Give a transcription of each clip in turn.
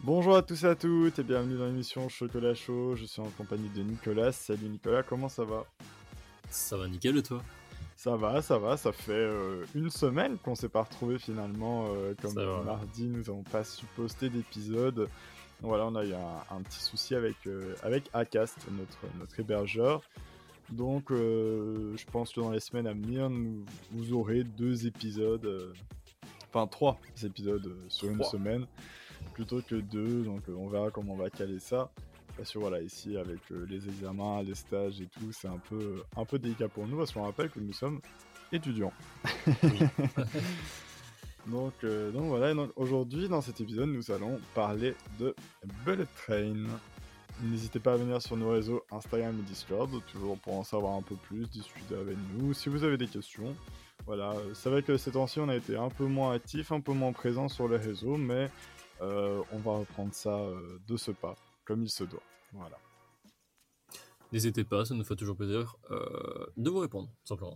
Bonjour à tous et à toutes et bienvenue dans l'émission Chocolat Chaud. Je suis en compagnie de Nicolas. Salut Nicolas, comment ça va? Ça va nickel et toi? Ça va, ça fait une semaine qu'on s'est pas retrouvés finalement. Comme Ça va. mardi, nous n'avons pas su poster d'épisode. Voilà, on a eu un petit souci avec Acast, notre hébergeur. Donc je pense que dans les semaines à venir, vous aurez 2 épisodes, enfin 3 épisodes sur une semaine, plutôt que 2, donc on verra comment on va caler ça. Parce que voilà, ici avec les examens, les stages et tout, c'est un peu délicat pour nous, parce qu'on rappelle que nous sommes étudiants. Oui. donc voilà, donc aujourd'hui dans cet épisode, nous allons parler de Bullet Train. N'hésitez pas à venir sur nos réseaux Instagram et Discord, toujours pour en savoir un peu plus, discuter avec nous. Si vous avez des questions, voilà, c'est vrai que ces temps-ci on a été un peu moins actifs, un peu moins présents sur les réseaux, mais on va reprendre ça de ce pas, comme il se doit. Voilà. N'hésitez pas, ça nous fait toujours plaisir de vous répondre, tout simplement.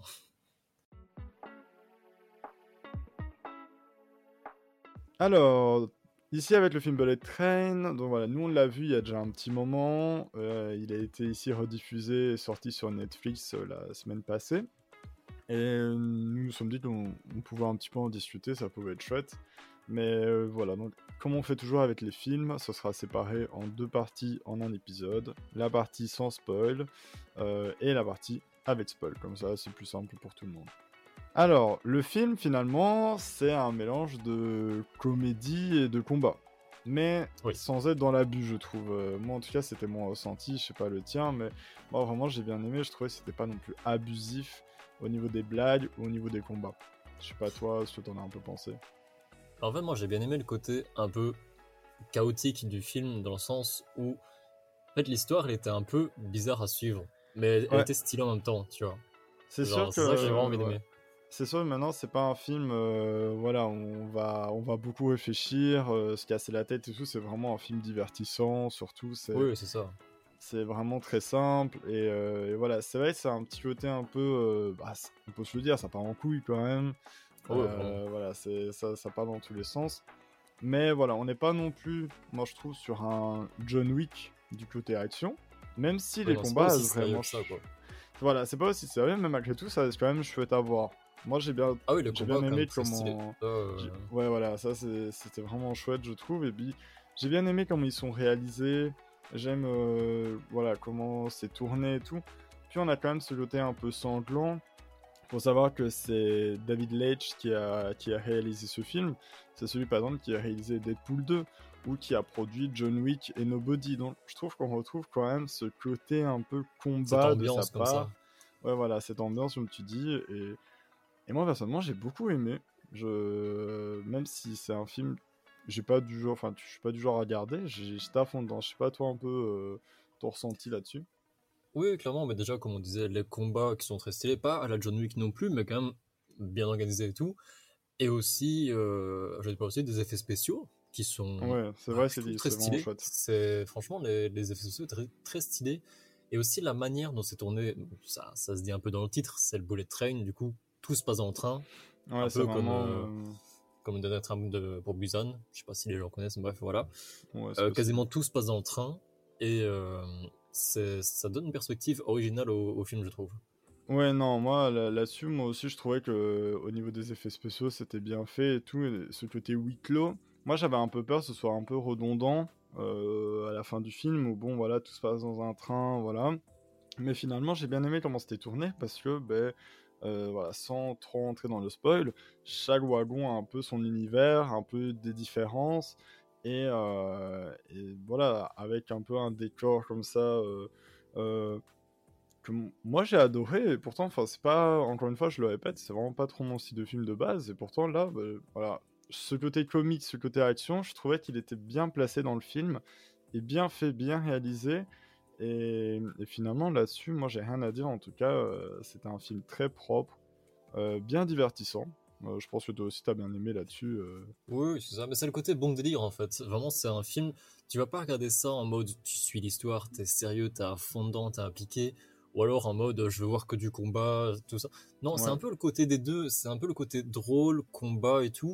Alors, ici avec le film Bullet Train, donc voilà, nous on l'a vu il y a déjà un petit moment, il a été ici rediffusé et sorti sur Netflix la semaine passée, et nous nous sommes dit qu'on pouvait un petit peu en discuter, ça pouvait être chouette, mais voilà, donc comme on fait toujours avec les films, ce sera séparé en 2 parties en un épisode, la partie sans spoil, et la partie avec spoil, comme ça c'est plus simple pour tout le monde. Alors, le film, finalement, c'est un mélange de comédie et de combat. Mais Oui. sans être dans l'abus, je trouve. Moi, en tout cas, c'était mon ressenti, je sais pas le tien, mais moi, vraiment, j'ai bien aimé. Je trouvais que c'était pas non plus abusif au niveau des blagues ou au niveau des combats. Je sais pas toi, ce que t'en as un peu pensé. En fait, moi j'ai bien aimé le côté un peu chaotique du film, dans le sens où en fait, l'histoire elle était un peu bizarre à suivre, mais elle Ouais, était stylée en même temps, tu vois. c'est sûr Genre, que... c'est ça que j'ai vraiment bien ouais. aimé. C'est sûr que maintenant, c'est pas un film, voilà, on va beaucoup réfléchir, se casser la tête et tout. C'est vraiment un film divertissant, surtout, Oui, c'est ça. c'est vraiment très simple et voilà, c'est vrai que c'est un petit côté un peu, on peut se le dire, ça part en couille quand même. Oui, vraiment. Voilà, ça part dans tous les sens. Mais voilà, on n'est pas non plus, moi je trouve, sur un John Wick du côté action, même si Oui, les non, c'est pas combats aussi sérieux vraiment, que ça, quoi. voilà, c'est pas aussi sérieux, mais malgré tout, ça reste quand même chouette à voir. Moi Ah oui, le j'ai combat bien quand même aimé très stylé. comment, Ça, ouais voilà, ça c'était vraiment chouette, je trouve. Et puis j'ai bien aimé comment ils sont réalisés. J'aime voilà comment c'est tourné et tout. Puis on a quand même ce côté un peu sanglant. Faut savoir que c'est David Leitch qui a réalisé ce film. C'est celui par exemple qui a réalisé Deadpool 2 ou qui a produit John Wick et Nobody. Donc je trouve qu'on retrouve quand même ce côté un peu cette combat de sa ambiance comme ça. part. Ouais voilà, cette ambiance comme tu dis. Et moi personnellement j'ai beaucoup aimé. Même si c'est un film, j'ai pas du genre, enfin je suis pas du genre à regarder, j'étais à fond dedans. Je sais pas toi un peu ton ressenti là-dessus. Oui, clairement, mais déjà, comme on disait, les combats qui sont très stylés, pas à la John Wick non plus, mais quand même bien organisés et tout. Et aussi, je vais pas aussi des effets spéciaux qui sont, Ouais, c'est vrai, je trouve très c'est vraiment stylés. chouette. C'est franchement les effets spéciaux très, très stylés. Et aussi la manière dont c'est tourné, ça se dit un peu dans le titre, c'est le bullet train. Du coup, tout se passe en train, Ouais, un c'est peu vraiment comme le dernier train pour Busan. Je sais pas si les gens connaissent, mais bref, voilà. ouais, c'est possible. Quasiment tout se passe dans le train et ça donne une perspective originale au film, je trouve. Ouais, non, moi là-dessus, moi aussi, je trouvais que au niveau des effets spéciaux, c'était bien fait et tout. Et ce côté huis clos, moi, j'avais un peu peur que ce soit un peu redondant à la fin du film où bon, voilà, tout se passe dans un train, voilà. Mais finalement, j'ai bien aimé comment c'était tourné parce que, ben, voilà, sans trop entrer dans le spoil, chaque wagon a un peu son univers, un peu des différences et voilà, avec un peu un décor comme ça. Euh, Moi j'ai adoré et pourtant enfin c'est pas, encore une fois je le répète, c'est vraiment pas trop mon style de film de base et pourtant là voilà, ce côté comique, ce côté action, je trouvais qu'il était bien placé dans le film et bien fait, bien réalisé et finalement là-dessus moi j'ai rien à dire. En tout cas c'était un film très propre, bien divertissant. Je pense que toi aussi t'as bien aimé là-dessus. Oui, c'est ça. Mais c'est le côté bon délire, en fait. Vraiment, c'est un film. Tu vas pas regarder ça en mode tu suis l'histoire, t'es sérieux, t'es à fond dedans, t'es impliqué. Ou alors en mode je veux voir que du combat, tout ça. Non, c'est Ouais, un peu le côté des deux. C'est un peu le côté drôle, combat et tout.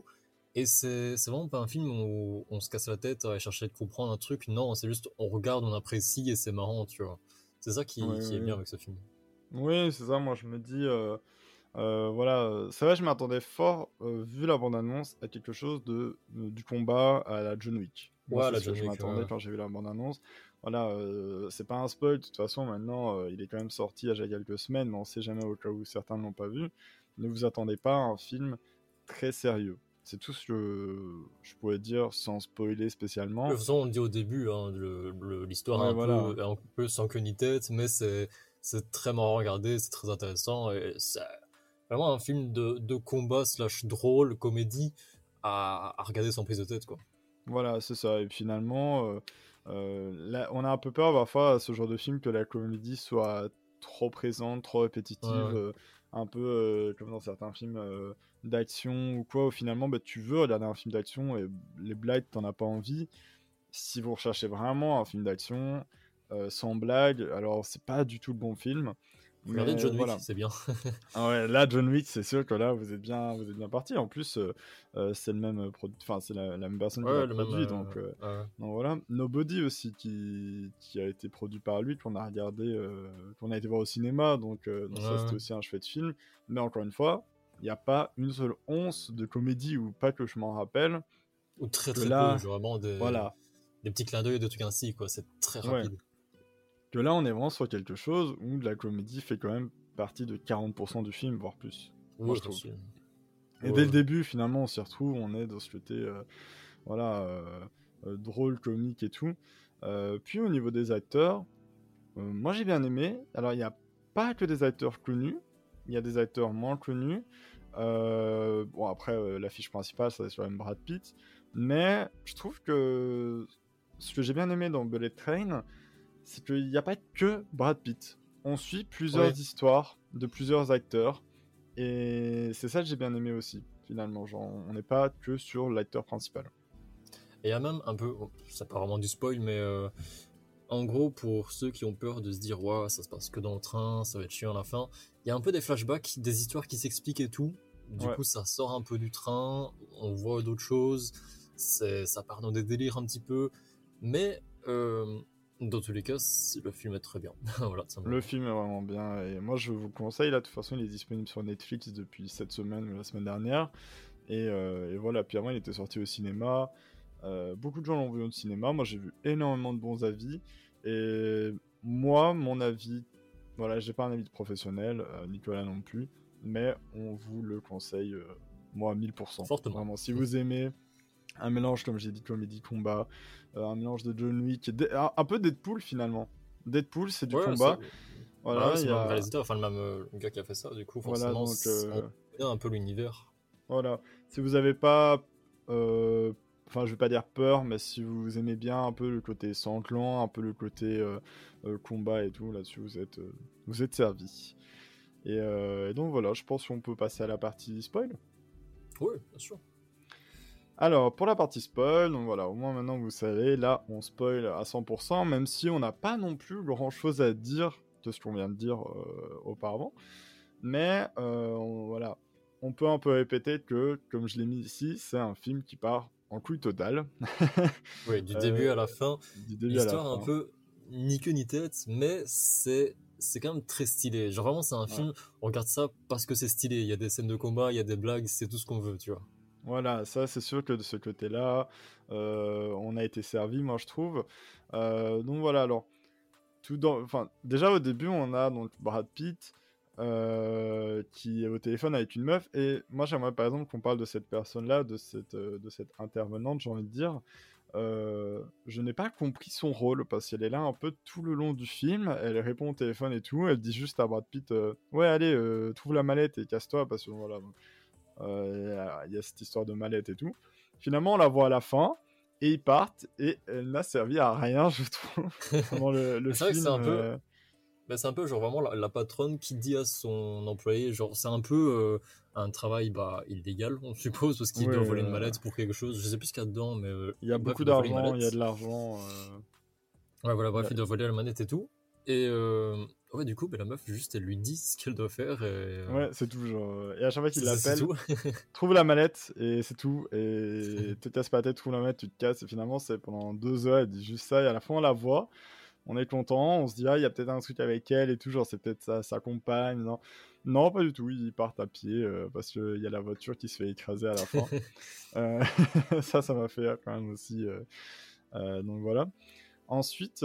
Et c'est vraiment pas un film où on se casse la tête à chercher de comprendre un truc. Non, c'est juste on regarde, on apprécie et c'est marrant, tu vois. C'est ça Ouais, qui est bien ouais. avec ce film. Oui, c'est ça, moi je me dis, voilà, c'est vrai, je m'attendais fort, vu la bande-annonce, à quelque chose du combat à la John Wick. Moi, Ouais, c'est la ce que John je Wick, m'attendais quand j'ai vu la bande-annonce. Voilà, c'est pas un spoil, de toute façon, maintenant, il est quand même sorti il y a déjà quelques semaines, mais on sait jamais au cas où certains ne l'ont pas vu. Ne vous attendez pas à un film très sérieux. C'est tout ce que je pourrais dire sans spoiler de spécialement. toute façon, on le dit au début, hein, l'histoire est Ouais, voilà. un peu sans queue ni tête, mais c'est très marrant à regarder, c'est très intéressant, et c'est vraiment un film de combat slash drôle, comédie, à regarder sans prise de tête, quoi. Voilà, c'est ça. Et finalement, là, on a un peu peur parfois à ce genre de film que la comédie soit trop présente, trop Ouais, répétitive, ouais. un peu comme dans certains films d'action ou quoi, où finalement bah, tu veux regarder un film d'action et les blagues, t'en as pas envie. Si vous recherchez vraiment un film d'action sans blague, alors c'est pas du tout le bon film. Regardez Mais John Wick, voilà. c'est bien. Ah ouais, là, John Wick, c'est sûr que là, vous êtes bien parti. En plus, c'est le même enfin, c'est la même personne qui l'a Ouais, le même. produit, Ouais. donc voilà. Nobody aussi, qui a été produit par lui, qu'on a regardé, qu'on a été voir au cinéma, donc ça, Ouais. c'était aussi un chouette film. Mais encore une fois, il n'y a pas une seule once de comédie, ou pas que je m'en rappelle, Ou très que très peu, là, genre vraiment voilà, des petits clins d'œil, des trucs ainsi, quoi. C'est très ouais, rapide. que là, on est vraiment sur quelque chose où la comédie fait quand même partie de 40% du film, voire plus, moi Ouais, je trouve. facile. Et dès le Ouais. début, finalement, on s'y retrouve, on est dans ce côté voilà, drôle, comique et tout. Puis au niveau des acteurs, moi j'ai bien aimé. Alors il n'y a pas que des acteurs connus, il y a des acteurs moins connus. Bon après, l'affiche principale, ça c'est sur même Brad Pitt. Mais je trouve que ce que j'ai bien aimé dans Bullet Train, c'est qu'il n'y a pas que Brad Pitt. On suit Oui. plusieurs histoires de plusieurs acteurs. Et c'est ça que j'ai bien aimé aussi, finalement. Genre, on n'est pas que sur l'acteur principal. Et il y a même un peu, bon, c'est pas vraiment du spoil, mais en gros, pour ceux qui ont peur de se dire, ouais, ça se passe que dans le train, ça va être chiant à la fin, il y a un peu des flashbacks, des histoires qui s'expliquent et tout. Du Ouais, coup, ça sort un peu du train, on voit d'autres choses, ça part dans des délires un petit peu, mais dans tous les cas, le film est très bien. Voilà, tout le simplement. film est vraiment bien. Et moi, je vous le conseille. Là, de toute façon, il est disponible sur Netflix depuis cette semaine ou la semaine dernière. Et voilà, puis avant, il était sorti au cinéma. Beaucoup de gens l'ont vu au cinéma. Moi, j'ai vu énormément de bons avis. Et moi, mon avis, voilà, j'ai pas un avis de professionnel, Nicolas non plus. Mais on vous le conseille, moi, à 1000%. Fortement. Vraiment, si vous aimez un mélange, comme j'ai dit, comédie combat, un mélange de John Wick, un peu Deadpool finalement. Deadpool, c'est du Ouais, c'est combat. bah ouais, Voilà, il c'est y le même a. réalisateur, enfin le même gars qui a fait ça, du coup, Voilà, forcément, on connaît un peu l'univers. voilà. Si vous avez pas. Enfin, je vais pas dire peur, mais si vous aimez bien un peu le côté sanglant, un peu le côté combat et tout, là-dessus, vous êtes servi. Et donc voilà, je pense qu'on peut passer à la partie spoil. Oui, bien sûr. Alors, pour la partie spoil, donc voilà, au moins maintenant vous savez, là on spoil à 100%, même si on n'a pas non plus grand chose à dire de ce qu'on vient de dire auparavant. Mais voilà, on peut un peu répéter que, comme je l'ai mis ici, c'est un film qui part en couille totale, Oui, du euh, début à la fin, du début à la l'histoire un fin. peu ni queue ni tête, mais c'est quand même très stylé. Genre vraiment, c'est un Ouais. film, on regarde ça parce que c'est stylé. Il y a des scènes de combat, il y a des blagues, c'est tout ce qu'on veut, tu vois. Voilà, ça c'est sûr que de ce côté-là, on a été servi, moi je trouve. Donc voilà, alors. Enfin, déjà au début, on a donc Brad Pitt qui est au téléphone avec une meuf. Et moi, j'aimerais par exemple qu'on parle de cette personne-là, de cette intervenante, j'ai envie de dire. Je n'ai pas compris son rôle parce qu'elle est là un peu tout le long du film. Elle répond au téléphone et tout. Elle dit juste à Brad Pitt ouais, allez, trouve la mallette et casse-toi parce que voilà. Il y a cette histoire de mallette et tout. Finalement, on la voit à la fin. Et ils partent, et elle n'a servi à rien, je trouve, pendant le C'est vrai que c'est film. un peu, bah, c'est un peu genre vraiment la patronne qui dit à son employé, genre c'est un peu un travail bah, illégal, on suppose, parce qu'il Ouais, doit voler une mallette pour quelque chose. Je sais plus ce qu'il y a dedans, mais il y a bref, beaucoup il doit voler une d'argent, il y a mallette. de l'argent. Ouais, voilà, il y bref, a- il doit voler la manette et tout. Et ouais, du coup, la meuf, juste, elle lui dit ce qu'elle doit faire. Et, Ouais, c'est tout. Et à chaque fois qu'il c'est l'appelle, tout. trouve la mallette et c'est tout. Et te casse pas la tête, trouve la mallette, tu te casses. Et finalement, c'est pendant 2 heures, elle dit juste ça. Et à la fin, on la voit. On est content. On se dit, ah, il y a peut-être un truc avec elle et tout. Genre, c'est peut-être sa compagne. Non. Non, pas du tout. Ils partent à pied parce qu'il y a la voiture qui se fait écraser à la fin. Euh, ça m'a fait rire quand même aussi. Donc voilà. Ensuite,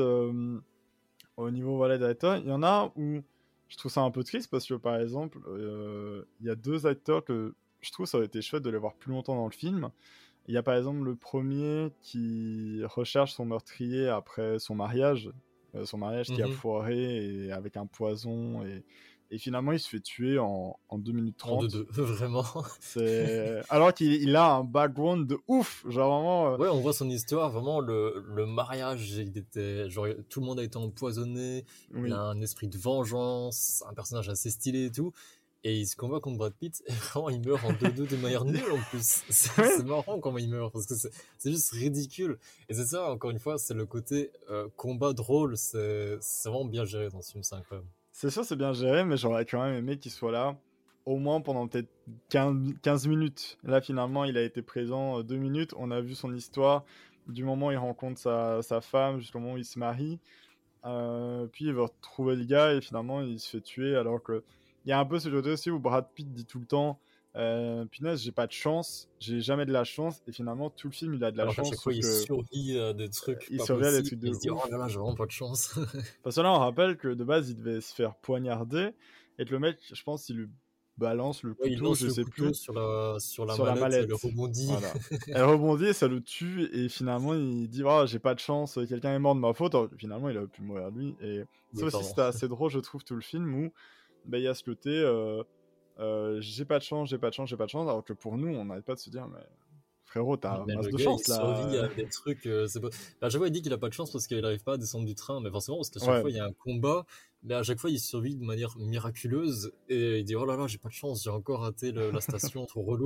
au niveau voilà, des acteurs, il y en a où je trouve ça un peu triste parce que par exemple, il y a 2 acteurs que je trouve ça aurait été chouette de les voir plus longtemps dans le film. Il y a par exemple le premier qui recherche son meurtrier après son mariage qui a Mhm. foiré et avec un poison et finalement il se fait tuer en 2 minutes En 30. deux-deux, vraiment. Alors qu'il a un background de ouf, genre vraiment. Ouais, on voit son histoire, vraiment, le mariage, il était, genre, tout le monde a été empoisonné, il a Oui. un esprit de vengeance, un personnage assez stylé et tout, et il se combat contre Brad Pitt, et vraiment, il meurt en 2-2 de manière nulle, en plus. C'est marrant comment il meurt, parce que c'est juste ridicule. Et c'est ça, encore une fois, c'est le côté combat drôle, c'est vraiment bien géré dans ce film, c'est incroyable. C'est sûr, c'est bien géré, mais j'aurais quand même aimé qu'il soit là au moins pendant peut-être 15 minutes. Là, finalement, il a été présent 2 minutes. On a vu son histoire du moment où il rencontre sa femme jusqu'au moment où il se marie. Puis il va retrouver le gars et finalement, il se fait tuer. Alors que il y a un peu ce côté aussi où Brad Pitt dit tout le temps punaise, j'ai pas de chance, j'ai jamais de la chance. Et finalement, tout le film, il a de la Alors qu'à chance, chaque fois, sauf il que survit à des trucs il pas survit à des possibles, trucs et de il se dit, oh ouf. là là, j'ai vraiment pas de chance. Parce que là, on rappelle que de base, il devait se faire poignarder et que le mec, je pense, il lui balance le Ouais, il couteau, lance je le sais couteau plus, sur la sur la mallette et elle mallette. rebondit. Voilà. Elle rebondit et ça le tue et finalement, il dit oh, j'ai pas de chance, quelqu'un est mort de ma faute. Alors, finalement, il a pu mourir lui. Et ça Oui, aussi, pardon. c'était assez drôle, je trouve, tout le film où bah, il y a ce côté j'ai pas de chance, j'ai pas de chance, j'ai pas de chance. Alors que pour nous, on n'arrête pas de se dire mais frérot, t'as un Mais masse le de gars, il chance survit là. à des trucs. C'est pas... À chaque fois, il dit qu'il a pas de chance parce qu'il n'arrive pas à descendre du train. Mais forcément, parce qu'à chaque Ouais. fois, il y a un combat. Mais à chaque fois, il survit de manière miraculeuse. Et il dit, oh là là, j'ai pas de chance, j'ai encore raté la station, trop relou.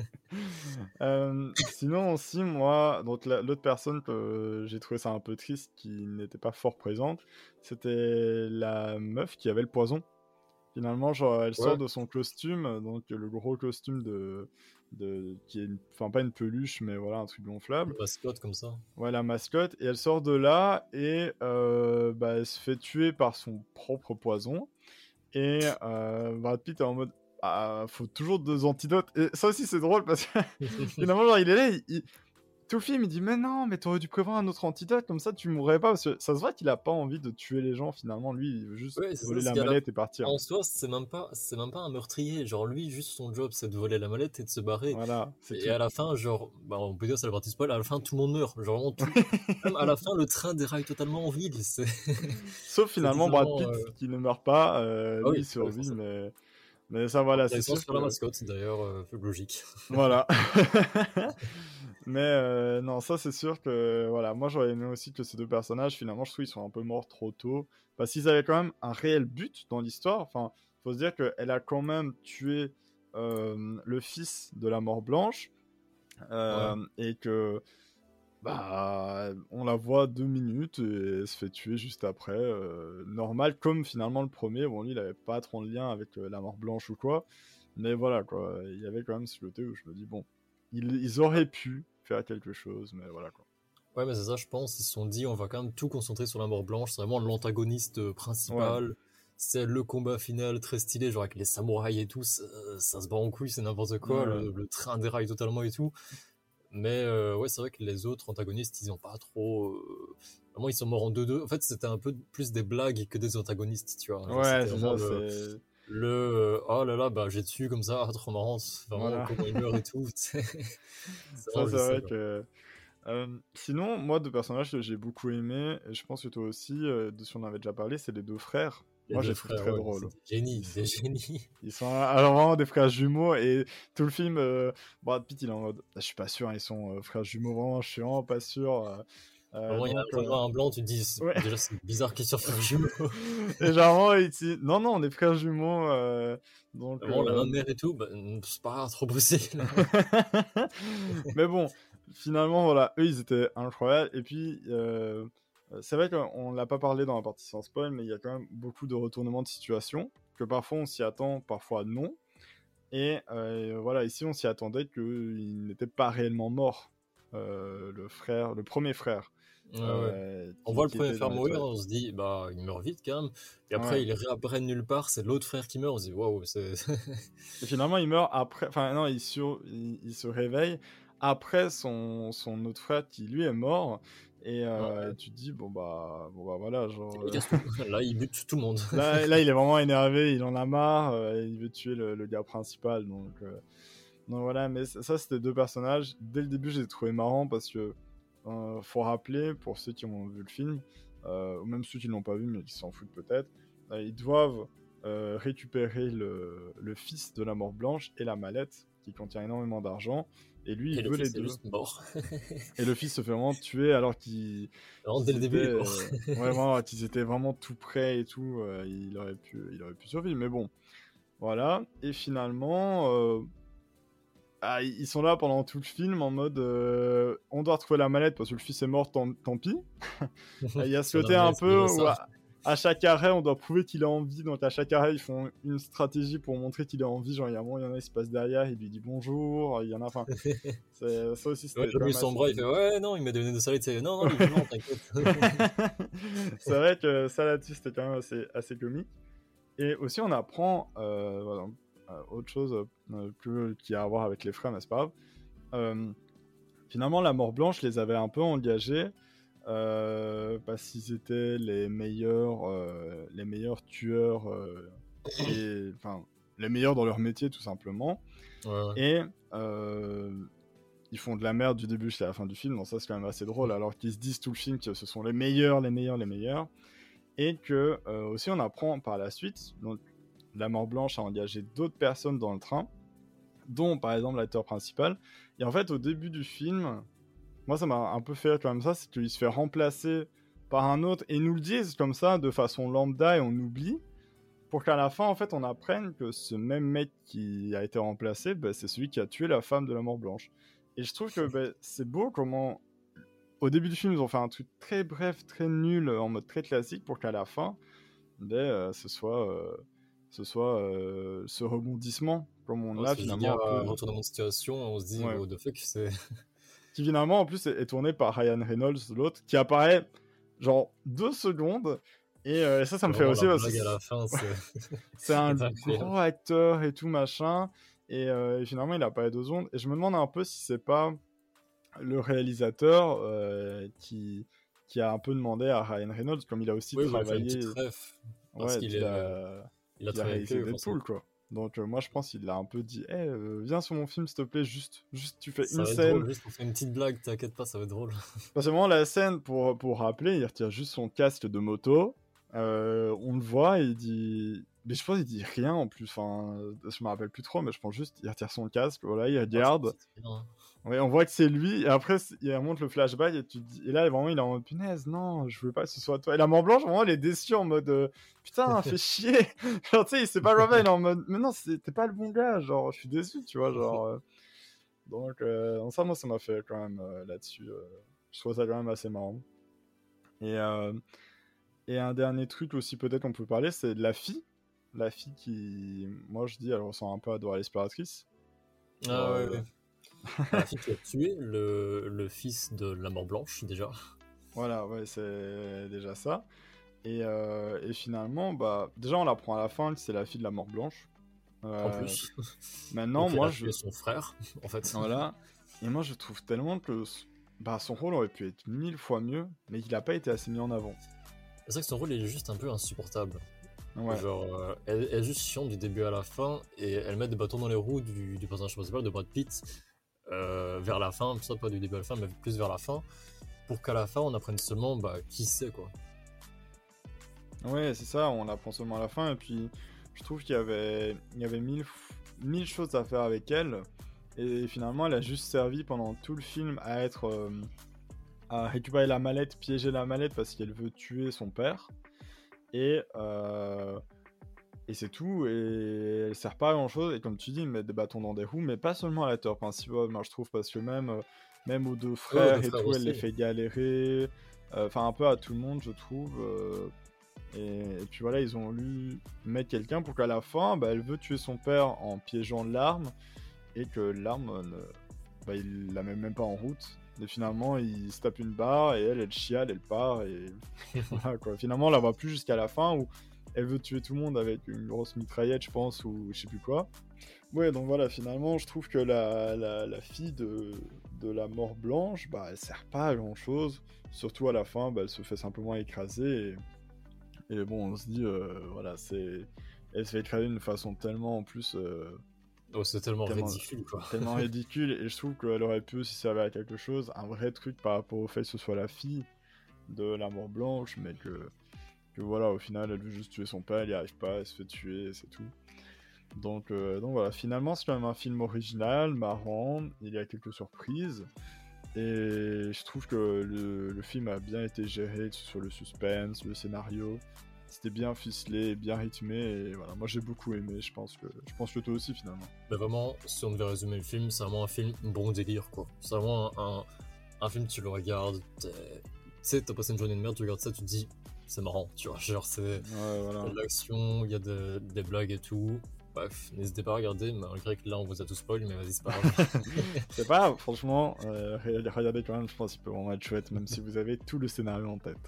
Sinon aussi, moi, donc l'autre personne que j'ai trouvé ça un peu triste, qui n'était pas fort présente, c'était la meuf qui avait le poison. Finalement, genre, elle sort Ouais, de son costume, donc le gros costume qui est, enfin pas une peluche, mais voilà, un truc gonflable. une mascotte comme ça. Ouais, la mascotte, et elle sort de là et bah, elle se fait tuer par son propre poison. Et Brad Pitt est en mode ah, faut toujours 2 antidotes. Et ça aussi, c'est drôle parce que finalement, genre, il est là, tout le film, il dit mais non, mais t'aurais dû prévoir un autre antidote, comme ça tu mourrais pas. Parce que ça se voit qu'il a pas envie de tuer les gens finalement. Lui, il veut juste Ouais, c'est ça, voler ce la gars-là. mallette et partir. En soi, c'est même pas un meurtrier. Genre, lui, juste son job, c'est de voler la mallette et de se barrer. Voilà, c'est Et tout. à la fin, genre, bah, on peut dire c'est la partie spoil, à la fin, tout le monde meurt. Genre, vraiment tout. Même à la fin, le train déraille totalement en ville. Sauf C'est finalement Brad totalement. Pitt qui ne meurt pas. Ah Lui, il oui, ouais, survit, forcément. mais ça, voilà, c'est Directement sûr sur la que. mascotte, d'ailleurs, logique. Voilà. Mais non, ça c'est sûr que voilà, moi j'aurais aimé aussi que ces 2 personnages, finalement, je trouve ils sont un peu morts trop tôt. Parce qu'ils avaient quand même un réel but dans l'histoire. Enfin, faut se dire qu'elle a quand même tué le fils de la mort blanche. Ouais. Et que bah on la voit 2 minutes et elle se fait tuer juste après. Normal, comme finalement le premier. Bon, lui il avait pas trop de lien avec la mort blanche ou quoi. Mais voilà quoi, il y avait quand même ce côté où je me dis bon, ils auraient pu faire quelque chose, mais voilà quoi. Ouais, mais c'est ça, je pense. Ils se sont dit, on va quand même tout concentrer sur la mort blanche. C'est vraiment l'antagoniste Ouais, principal. C'est le combat final très stylé, genre avec les samouraïs et tout. Ça se bat en couilles, c'est n'importe quoi. ouais. Le train déraille totalement et tout. Mais ouais, c'est vrai que les autres antagonistes, ils ont pas trop. Vraiment, ils sont morts en 2-2. En fait, c'était un peu plus des blagues que des antagonistes, tu vois. Genre, Ouais, c'était c'est vraiment ça, le. c'est. Oh là là, bah j'ai dessus comme ça, ah, trop marrant. Vraiment, Voilà. comment il meurt et tout. C'est Ça, vraiment c'est juste ça, vrai quoi. que. Sinon, moi, 2 personnages que j'ai beaucoup aimé, et je pense que toi aussi, de si on avait déjà parlé, c'est les 2 frères. Les Moi, je deux les trouve frères, très ouais, drôles. c'est des génies, Ils des sont, génies. ils sont alors vraiment des frères jumeaux, et tout le film, Brad Pitt, il est en mode, je suis pas sûr, ils sont frères jumeaux, vraiment, je suis vraiment pas sûr. Vraiment, il y a Donc, un noir, un blanc, tu te dis, ouais. déjà, c'est bizarre qu'ils soient frères jumeaux. Et généralement, il dit, non, non, on est frères jumeaux, donc. Vraiment, la même mère et tout, bah, c'est pas trop possible. Mais bon, finalement, voilà, eux, ils étaient incroyables. Et puis, C'est vrai qu'on l'a pas parlé dans la partie sans spoil, mais il y a quand même beaucoup de retournements de situation, que parfois on s'y attend, parfois non. Et voilà, ici on s'y attendait qu'il n'était pas réellement mort, le premier frère, Ouais, ouais. On qui, voit le qui premier était dans frère les mourir, toilettes. on se dit, bah, il meurt vite quand même. Et après, Ouais. il réapparaît de nulle part, c'est l'autre frère qui meurt, on se dit, waouh, c'est. Et finalement il meurt après, enfin non, il se réveille après son autre frère qui lui est mort, et Ouais, tu te dis, bon bah voilà, genre... il casse tout. Là, il bute tout le monde. Là, il est vraiment énervé, il en a marre, il veut tuer le gars principal, donc voilà, mais ça c'était deux personnages. Dès le début, j'ai trouvé marrant parce que faut rappeler, pour ceux qui ont vu le film, ou même ceux qui ne l'ont pas vu mais qui s'en foutent peut-être, ils doivent récupérer le fils de la mort blanche et la mallette qui contient énormément d'argent, et lui Et il le veut les fils est deux. juste mort. Et le fils se fait vraiment tuer alors Alors, dès qu'ils le étaient, début, il est mort. ouais, vraiment, qu'ils étaient vraiment tout près et tout, il aurait pu survivre, mais bon. Voilà, et finalement, ils sont là pendant tout le film en mode on doit retrouver la mallette parce que le fils est mort, tant pis. Il y a ce C'est côté un c'est déjà peu ça. où à chaque arrêt on doit prouver qu'il est en vie, donc à chaque arrêt ils font une stratégie pour montrer qu'il est en vie. Genre, il y en a, il se passe derrière, il lui dit bonjour, il y en a, enfin, ça aussi Ouais, c'était quand lui, même son assez bras, il fait, comique. ouais, non, il m'a donné de salade, c'est, non, non, il est vivant, t'inquiète. C'est vrai que ça là-dessus c'était quand même assez comique. Et aussi, on apprend voilà, autre chose qui a à voir avec les frères, mais c'est pas grave. Finalement, la Mort Blanche les avait un peu engagés parce qu'ils étaient les meilleurs tueurs et enfin les meilleurs dans leur métier tout simplement. Ouais, ouais. Et ils font de la merde du début jusqu'à la fin du film. Donc ça, c'est quand même assez drôle. Alors qu'ils se disent tout le film que ce sont les meilleurs. Et que aussi on apprend par la suite, donc la Mort Blanche a engagé d'autres personnes dans le train, dont par exemple l'acteur principal. Et en fait, au début du film, moi ça m'a un peu fait rire quand même ça, c'est qu'il se fait remplacer par un autre, et ils nous le disent comme ça de façon lambda et on oublie, pour qu'à la fin en fait on apprenne que ce même mec qui a été remplacé, bah, c'est celui qui a tué la femme de la Mort Blanche. Et je trouve que bah, c'est beau comment au début du film ils ont fait un truc très bref, très nul, en mode très classique, pour qu'à la fin ce soit ce rebondissement, comme on Ouais, a c'est finalement Julien un peu. retournement de situation, on se dit, Ouais. what the fuck, c'est. Qui finalement, en plus, est tourné par Ryan Reynolds, l'autre, qui apparaît genre 2 secondes. Et ça me fait Vraiment aussi la parce que blague à la fin, c'est c'est un c'est incroyable. gros acteur et tout machin. Et finalement, il apparaît 2 secondes. Et je me demande un peu si c'est pas le réalisateur qui a un peu demandé à Ryan Reynolds, comme il a aussi Oui, il voulait faire une petite travaillé. ref, parce Ouais, puis il a il a travaillé avec réalisé eux, forcément. Deadpool, quoi. Donc moi, je pense qu'il l'a un peu dit, viens sur mon film, s'il te plaît, juste tu fais Ça une va être scène. drôle, juste pour faire une petite blague, t'inquiète pas, ça va être drôle. Parce que vraiment, la scène, pour rappeler, il retire juste son casque de moto, on le voit, et il dit... Mais je pense qu'il dit rien en plus, enfin, je me rappelle plus trop, mais je pense juste, il retire son casque, voilà, il Ouais, je pense regarde. que c'est bien, hein. Ouais, on voit que c'est lui, et après, il remonte le flashback, et tu te dis... Et là, vraiment, il est en mode, punaise, non, je veux pas que ce soit toi. Et la Mort Blanche, vraiment, elle est déçue, en mode, putain, fais chier. Genre, tu sais, il sait pas quoi faire, il est en mode, mais non, t'es pas le bon gars, genre, je suis déçu, tu vois, genre... Donc, ça, moi, ça m'a fait quand même là-dessus. Je trouve ça quand même assez marrant. Et, euh, et un dernier truc aussi, peut-être qu'on peut parler, c'est de la fille. La fille qui, moi, je dis, elle ressemble un peu à Dora l'Exploratrice. Ah ouais, ouais. La fille qui a tué le fils de la mort blanche, déjà. Voilà, ouais, c'est déjà ça. Et finalement, bah, déjà, on l'apprend à la fin que c'est la fille de la Mort Blanche. En plus. Maintenant, Donc elle moi, a tué son frère, en fait. voilà. Et moi, je trouve tellement que bah, son rôle aurait pu être 1000 fois mieux, mais il n'a pas été assez mis en avant. C'est vrai que son rôle il est juste un peu insupportable. Ouais. Genre, elle est juste chiante du début à la fin, et elle met des bâtons dans les roues du personnage principal de Brad Pitt vers la fin, ça pas du début à la fin, mais plus vers la fin, pour qu'à la fin on apprenne seulement bah, qui c'est quoi. Ouais, c'est ça, on l'apprend seulement à la fin, et puis je trouve qu'il y avait mille choses à faire avec elle, et finalement elle a juste servi pendant tout le film à récupérer la mallette, piéger la mallette parce qu'elle veut tuer son père, et, euh, et c'est tout, et elle sert pas à grand chose, et comme tu dis, mettre des bâtons dans des roues, mais pas seulement à l'acteur principal, moi je trouve, parce que même aux deux Ouais, frères deux et frères tout, elle les aussi. fait galérer. enfin un peu à tout le monde, je trouve. Et puis voilà, ils ont voulu mettre quelqu'un pour qu'à la fin, elle veut tuer son père en piégeant l'arme, et que l'arme, il la met même pas en route. Et finalement, il se tape une barre, et elle chiale, elle part, et voilà quoi. Finalement, on la voit plus jusqu'à la fin, où elle veut tuer tout le monde avec une grosse mitraillette, je pense, ou je sais plus quoi. Ouais, donc voilà, finalement, je trouve que la fille de la mort blanche, elle sert pas à grand chose. Surtout à la fin, elle se fait simplement écraser. Et bon, on se dit, voilà, elle se fait écraser d'une façon tellement, en plus, Oh, c'est tellement ridicule, quoi. tellement ridicule. Et je trouve qu'elle aurait pu aussi servir à quelque chose, un vrai truc par rapport au fait que ce soit la fille de la mort blanche, mais que voilà, au final, elle veut juste tuer son père, elle y arrive pas, elle se fait tuer, c'est tout. Donc voilà, finalement, c'est quand même un film original, marrant, il y a quelques surprises. Et je trouve que le film a bien été géré sur le suspense, le scénario. C'était bien ficelé, bien rythmé, et voilà, moi j'ai beaucoup aimé, je pense que toi aussi finalement. Mais vraiment, si on devait résumer le film, c'est vraiment un film bon délire, quoi. C'est vraiment un film, tu le regardes, tu sais, t'as passé une journée de merde, tu regardes ça, tu te dis, c'est marrant, tu vois, genre c'est Ouais, voilà. il y a de l'action, il y a des blagues et tout. Bref, n'hésitez pas à regarder, malgré que là on vous a tout spoil, mais vas-y, c'est pas grave. C'est pas grave, franchement, regardez quand même, je pense qu'il peut vraiment être chouette, même si vous avez tout le scénario en tête.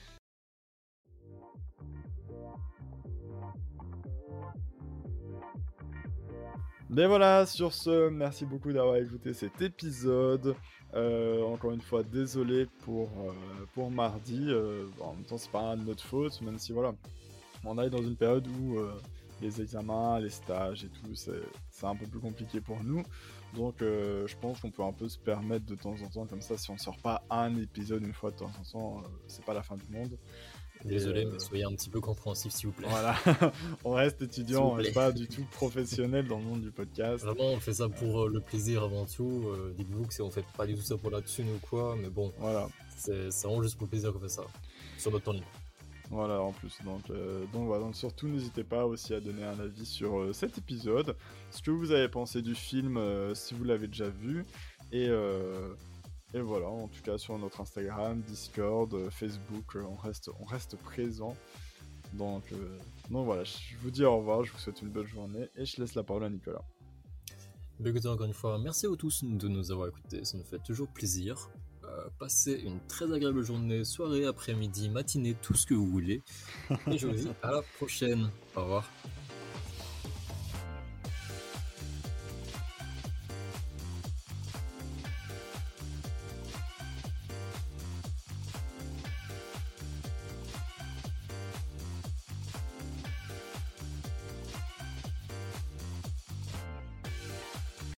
Mais voilà, sur ce, merci beaucoup d'avoir écouté cet épisode. Encore une fois, désolé pour mardi. En même temps, c'est pas de notre faute, même si voilà, on arrive dans une période où les examens, les stages et tout, c'est un peu plus compliqué pour nous. Donc je pense qu'on peut un peu se permettre de temps en temps, comme ça, si on sort pas un épisode une fois de temps en temps, c'est pas la fin du monde. Désolé, mais soyez un petit peu compréhensif, s'il vous plaît. Voilà, on reste étudiant, on n'est pas du tout professionnel dans le monde du podcast. Vraiment, on fait ça pour le plaisir avant tout. Dites-vous que on fait pas du tout ça pour la thune ou quoi, mais bon, voilà. C'est vraiment juste pour le plaisir qu'on fait ça, sur notre temps libre. Voilà, en plus. Donc voilà, donc surtout n'hésitez pas aussi à donner un avis sur cet épisode, ce que vous avez pensé du film, si vous l'avez déjà vu, et voilà, en tout cas sur notre Instagram, Discord, Facebook, on reste présent. Donc voilà, je vous dis au revoir, je vous souhaite une bonne journée, et je laisse la parole à Nicolas. Écoutez, encore une fois, merci à vous tous de nous avoir écoutés, ça nous fait toujours plaisir. Passez une très agréable journée, soirée, après-midi, matinée, tout ce que vous voulez. Et je vous dis à la prochaine. Au revoir.